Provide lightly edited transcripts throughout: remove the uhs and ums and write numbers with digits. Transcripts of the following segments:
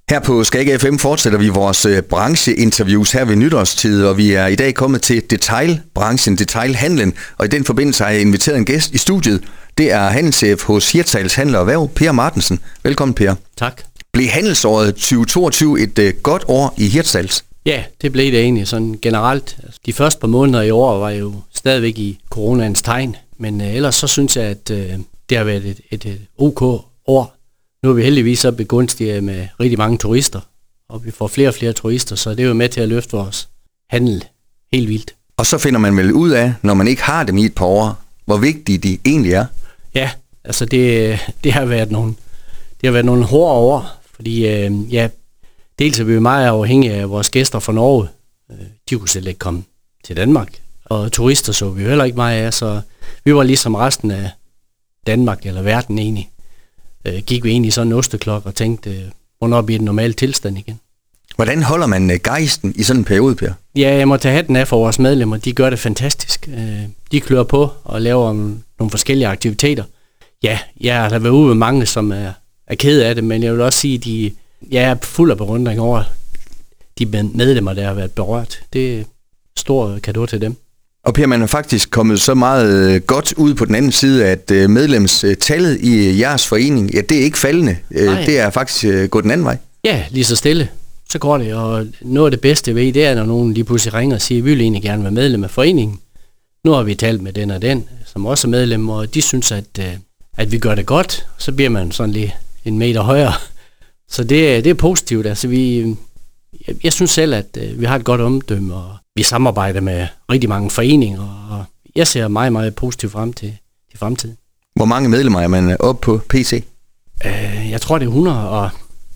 Her på Skag FM fortsætter vi vores brancheinterviews her ved nytårstid, og vi er i dag kommet til detailbranchen, detailhandlen, og i den forbindelse har jeg inviteret en gæst i studiet. Det er handelschef hos Hirtshals Handel og Erhverv, Per Martensen. Velkommen, Per. Tak. Blev handelsåret 2022 et godt år i Hirtshals? Ja, det blev det egentlig sådan generelt. De første par måneder i år var jo stadigvæk i coronaens tegn, men ellers så synes jeg, at det har været et OK år. Nu er vi heldigvis så begunstiget med rigtig mange turister, og vi får flere og flere turister, så det er jo med til at løfte vores handel helt vildt. Og så finder man vel ud af, når man ikke har dem i et par år, hvor vigtige de egentlig er? Ja, altså det har været nogle hårde år, fordi dels er vi jo meget afhængige af vores gæster fra Norge. De kunne selv ikke komme til Danmark, og turister så vi jo heller ikke meget af, så vi var ligesom resten af Danmark eller verden egentlig. Gik vi ind i sådan en osteklok og tænkte, hvornår bliver den normale tilstand igen. Hvordan holder man gejsten i sådan en periode, Per? Ja, jeg må tage hatten af for vores medlemmer. De gør det fantastisk. De klør på og laver nogle forskellige aktiviteter. Ja, jeg har været ude med mange, som er ked af det, men jeg vil også sige, at jeg er fuld af beundring over de medlemmer, der har været berørt. Det er stor cadeau til dem. Og Per, man er faktisk kommet så meget godt ud på den anden side, at medlemstallet i jeres forening, ja, det er ikke faldende. Det er faktisk gået den anden vej. Ja, lige så stille. Så går det, og noget af det bedste ved, det er, når nogen lige pludselig ringer og siger, at vi vil egentlig gerne være medlem af foreningen. Nu har vi talt med den og den, som også er medlem, og de synes, at vi gør det godt. Så bliver man sådan lige en meter højere. Så det er positivt. Altså jeg synes selv, at vi har et godt omdømme, og vi samarbejder med rigtig mange foreninger, og jeg ser meget, meget positivt frem til fremtiden. Hvor mange medlemmer er man oppe på PC? Jeg tror, det er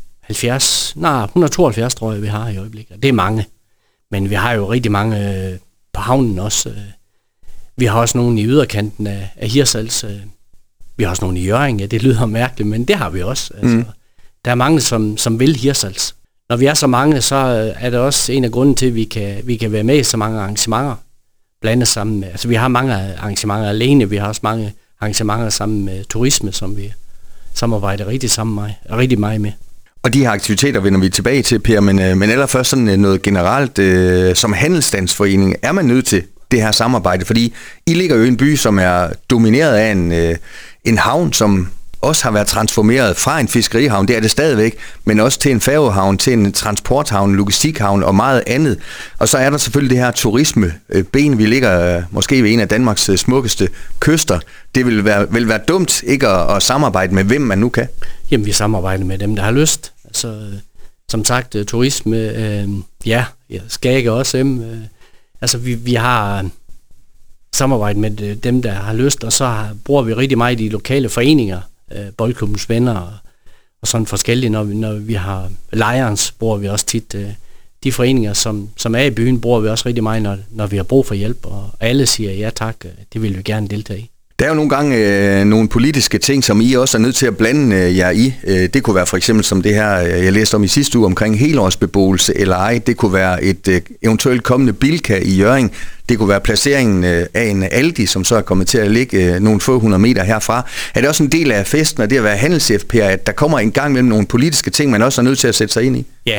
172, tror jeg, vi har i øjeblikket. Det er mange, men vi har jo rigtig mange på havnen også. Vi har også nogle i yderkanten af Hirtshals. Vi har også nogle i Hjørring. Ja, det lyder mærkeligt, men det har vi også. Altså, der er mange, som vil Hirtshals. Når vi er så mange, så er det også en af grunden til, at vi kan være med i så mange arrangementer blandet sammen med. Altså vi har mange arrangementer alene, vi har også mange arrangementer sammen med turisme, som vi samarbejder rigtig meget med. Og de her aktiviteter vender vi tilbage til, Per, men allerførst sådan noget generelt. Som handelsstandsforening er man nødt til det her samarbejde, fordi I ligger jo i en by, som er domineret af en havn, som også har været transformeret fra en fiskerihavn, det er det stadigvæk, men også til en færgehavn, til en transporthavn, logistikhavn og meget andet. Og så er der selvfølgelig det her turismeben. Vi ligger måske ved en af Danmarks smukkeste kyster. Det vil være dumt ikke at samarbejde med hvem man nu kan. Jamen, vi samarbejder med dem, der har lyst. Altså, som sagt, turisme, Skag også dem. Altså, vi har samarbejdet med dem, der har lyst, og så bruger vi rigtig meget i de lokale foreninger, Boldklubbens Venner og sådan forskellige. Når vi har lejrens, bruger vi også tit de foreninger, som er i byen, bruger vi også rigtig meget, når vi har brug for hjælp, og alle siger ja tak, det vil vi gerne deltage i. Der er jo nogle gange nogle politiske ting, som I også er nødt til at blande jer i. Det kunne være for eksempel som det her, jeg læste om i sidste uge omkring helårsbeboelse eller ej. Det kunne være et eventuelt kommende Bilka i Hjørring. Det kunne være placeringen af en Aldi, som så er kommet til at ligge nogle få 100 meter herfra. Er det også en del af festen, og det at være handelschef, Per, at der kommer en gang mellem nogle politiske ting, man også er nødt til at sætte sig ind i? Ja,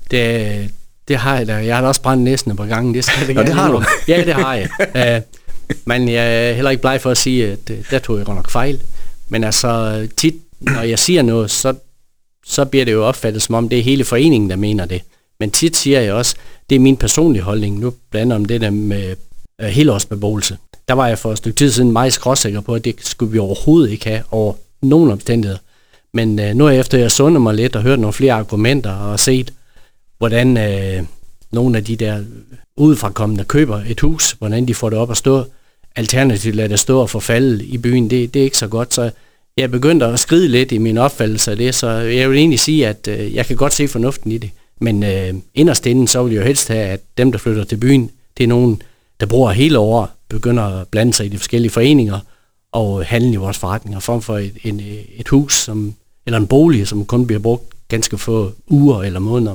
det har jeg da. Jeg har da også brændt næsen på gangen. Det har du? Ja, det har jeg. Men jeg er heller ikke bleg for at sige, at der tog jeg godt nok fejl. Men altså tit, når jeg siger noget, så bliver det jo opfattet som om, det er hele foreningen, der mener det. Men tit siger jeg også, det er min personlige holdning. Nu blander om det der med helårsbeboelse. Der var jeg for et stykke tid siden meget skråsikker på, at det skulle vi overhovedet ikke have over nogen omstændigheder. Men nu er efter jeg sundet mig lidt og hørt nogle flere argumenter og set, hvordan nogle af de der udefrakommende køber et hus, hvordan de får det op at stå. Alternativt lader det stå og forfalde i byen, det er ikke så godt. Så jeg begyndte at skride lidt i min opfattelse af det, så jeg vil egentlig sige, at jeg kan godt se fornuften i det. Men inderst inden, så vil jeg jo helst have, at dem, der flytter til byen, det er nogen, der bruger hele året, begynder at blande sig i de forskellige foreninger og handle i vores forretninger, frem for et hus eller en bolig, som kun bliver brugt ganske få uger eller måneder om året.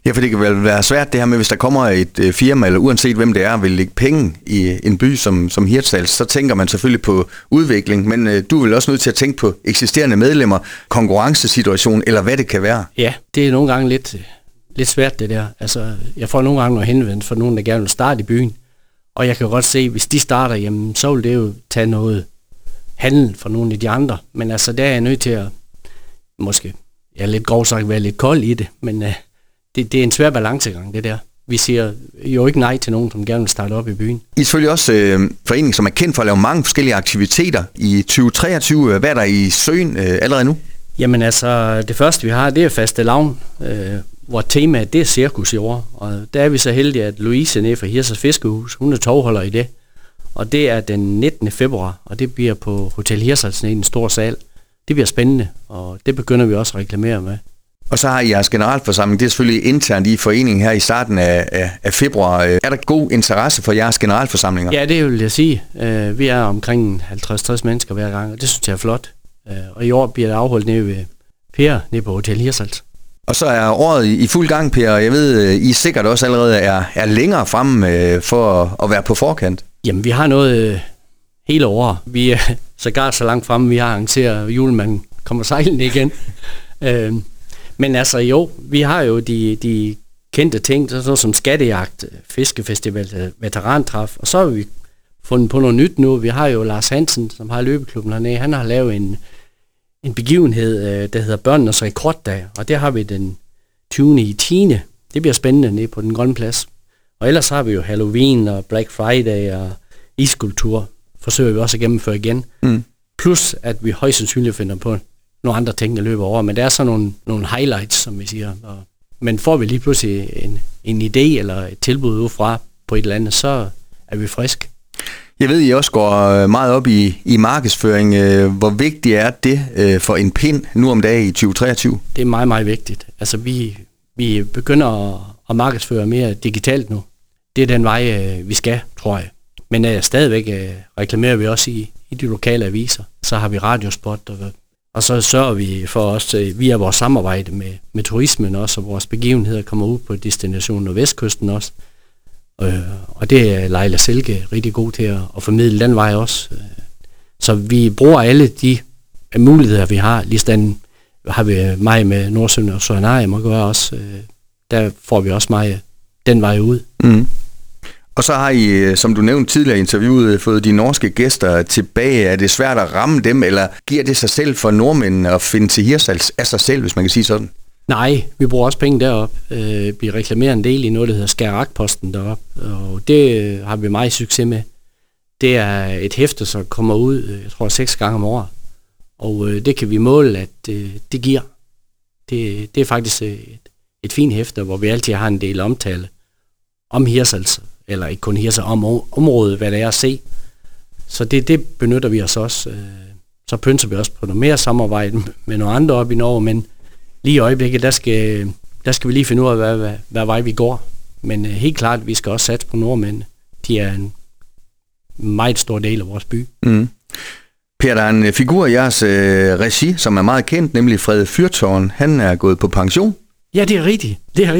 Ja, for det kan vel være svært det her med, hvis der kommer et firma, eller uanset hvem det er, vil lægge penge i en by som Hirtshals, så tænker man selvfølgelig på udvikling, men du er vel også nødt til at tænke på eksisterende medlemmer, konkurrencesituation, eller hvad det kan være. Ja, det er nogle gange lidt svært det der. Altså, jeg får nogle gange noget henvendt for nogen, der gerne vil starte i byen, og jeg kan godt se, hvis de starter, jamen, så vil det jo tage noget handel for nogle af de andre, men altså, der er jeg nødt til at, måske, jeg er lidt grov sagt, være lidt kold i det, men det er en svær balancegang, det der. Vi siger jo ikke nej til nogen, som gerne vil starte op i byen. I er selvfølgelig også forening, som er kendt for at lave mange forskellige aktiviteter. I 2023, hvad er der i søen allerede nu? Jamen altså, det første vi har, det er fastelavn, hvor temaet det er cirkus i år. Og der er vi så heldige, at Louise nede fra Hirtshals Fiskehus, hun er tovholder i det. Og det er den 19. februar, og det bliver på Hotel Hirtshals i en stor sal. Det bliver spændende, og det begynder vi også at reklamere med. Og så har I jeres generalforsamling, det er selvfølgelig internt i foreningen her i starten af februar. Er der god interesse for jeres generalforsamlinger? Ja, det vil jeg sige. Vi er omkring 50-60 mennesker hver gang, og det synes jeg er flot. Og i år bliver det afholdt nede ved Per, nede på Hotel Hirtshals. Og så er året i fuld gang, Per, og jeg ved, I sikkert også allerede er længere fremme for at være på forkant. Jamen, vi har noget hele året. Vi er sågar så langt fremme, vi har arrangeret, at julemanden kommer sejlende igen. Men altså jo, vi har jo de kendte ting, så som skattejagt, fiskefestival, veterantræf, og så har vi fundet på noget nyt nu. Vi har jo Lars Hansen, som har løbeklubben hernede. Han har lavet en begivenhed, der hedder Børnenes Rekorddag, og der har vi den 20.10. Det bliver spændende nede på den grønne plads. Og ellers har vi jo Halloween og Black Friday og iskultur, forsøger vi også at gennemføre igen. Plus at vi højst sandsynligt finder på nogle andre ting, der løber over, men der er så nogle highlights, som vi siger. Men får vi lige pludselig en idé eller et tilbud udefra på et eller andet, så er vi friske. Jeg ved, I også går meget op i markedsføring. Hvor vigtigt er det for en pind nu om dagen i 2023? Det er meget, meget vigtigt. Altså, vi begynder at markedsføre mere digitalt nu. Det er den vej, vi skal, tror jeg. Men stadigvæk reklamerer vi også i de lokale aviser. Så har vi radiospot, og så sørger vi for os via vores samarbejde med turismen også, og vores begivenheder kommer ud på destinationen og Vestkysten også. Og det er Leila Silke rigtig god til at formidle den vej også. Så vi bruger alle de muligheder, vi har. Ligesådan har vi meget med Nordsøen og Sørenarium og gøre også. Der får vi også meget den vej ud. Mm. Og så har I, som du nævnte tidligere i interviewet, fået de norske gæster tilbage. Er det svært at ramme dem, eller giver det sig selv for nordmændene at finde til Hirtshals af sig selv, hvis man kan sige sådan? Nej, vi bruger også penge deroppe. Vi reklamerer en del i noget, der hedder Skagerakposten deroppe, og det har vi meget succes med. Det er et hæfte, som kommer ud, jeg tror 6 gange om året, og det kan vi måle, at det giver. Det er faktisk et fint hæfte, hvor vi altid har en del omtale om Hirtshals, eller ikke kun Hirtshals, om området, hvad det er at se. Så det benytter vi os også. Så pynser vi også på noget mere samarbejde med nogle andre op i Norge, men lige i øjeblikket, der skal vi lige finde ud af, hvad vej vi går. Men helt klart, vi skal også satse på nordmændene. De er en meget stor del af vores by. Mm. Per, der er en figur i jeres regi, som er meget kendt, nemlig Frede Fyrtårn. Han er gået på pension. Ja, det er rigtigt.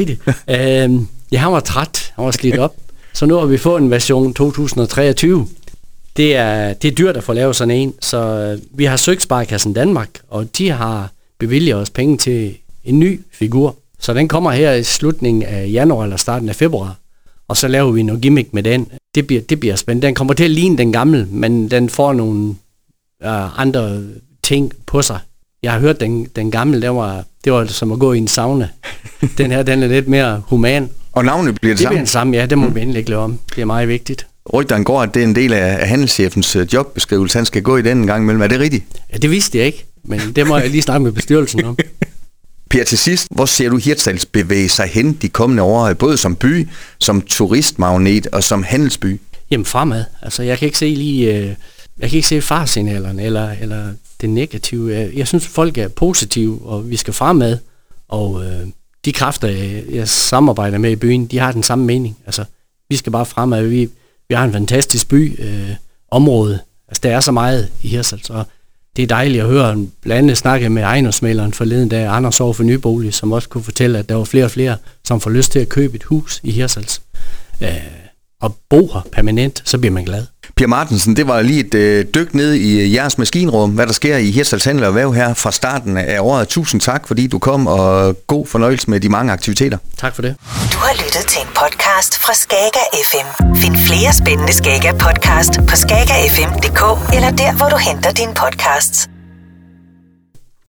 Han var træt. Han var slidt op. Så nu har vi fået en version 2023. Det er dyrt at få lavet sådan en. Så vi har søgt Sparekassen Danmark, og de har bevilger os penge til en ny figur. Så den kommer her i slutningen af januar eller starten af februar. Og så laver vi noget gimmick med den. Det bliver spændende. Den kommer til at ligne den gamle, men den får nogle andre ting på sig. Jeg har hørt, den gamle, det var som at gå i en sauna. Den her, den er lidt mere human. Og navnet bliver det samme? Det bliver den samme, ja. Det må vi endelig ikke lave om. Det er meget vigtigt. Rygteren går, at det er en del af handelschefens jobbeskrivelse. Han skal gå i den en gang imellem. Er det rigtigt? Ja, det vidste jeg ikke. Men det må jeg lige snakke med bestyrelsen om. Per, til sidst, hvor ser du Hirtshals bevæge sig hen de kommende år, både som by, som turistmagnet og som handelsby? Jamen fremad. Altså, jeg kan ikke se faresignalerne eller det negative. Jeg synes, folk er positive, og vi skal fremad. Og de kræfter, jeg samarbejder med i byen, de har den samme mening. Altså, vi skal bare fremad. Vi har en fantastisk by, område. Altså, der er så meget i Hirtshals, og det er dejligt at høre. Blandt andet snakke med ejendomsmægleren forleden dag, Anders over for Nybolig, som også kunne fortælle, at der var flere og flere, som får lyst til at købe et hus i Hirtshals. Og bo her permanent, så bliver man glad. Per Martensen, det var lige et dyk ned i jeres maskinrum, hvad der sker i Hirtshals Handel og Erhverv her fra starten af året. Tusind tak, fordi du kom, og god fornøjelse med de mange aktiviteter. Tak for det. Du har lyttet til en podcast fra Skager FM. Find flere spændende Skager podcast på skagerfm.dk eller der, hvor du henter dine podcasts.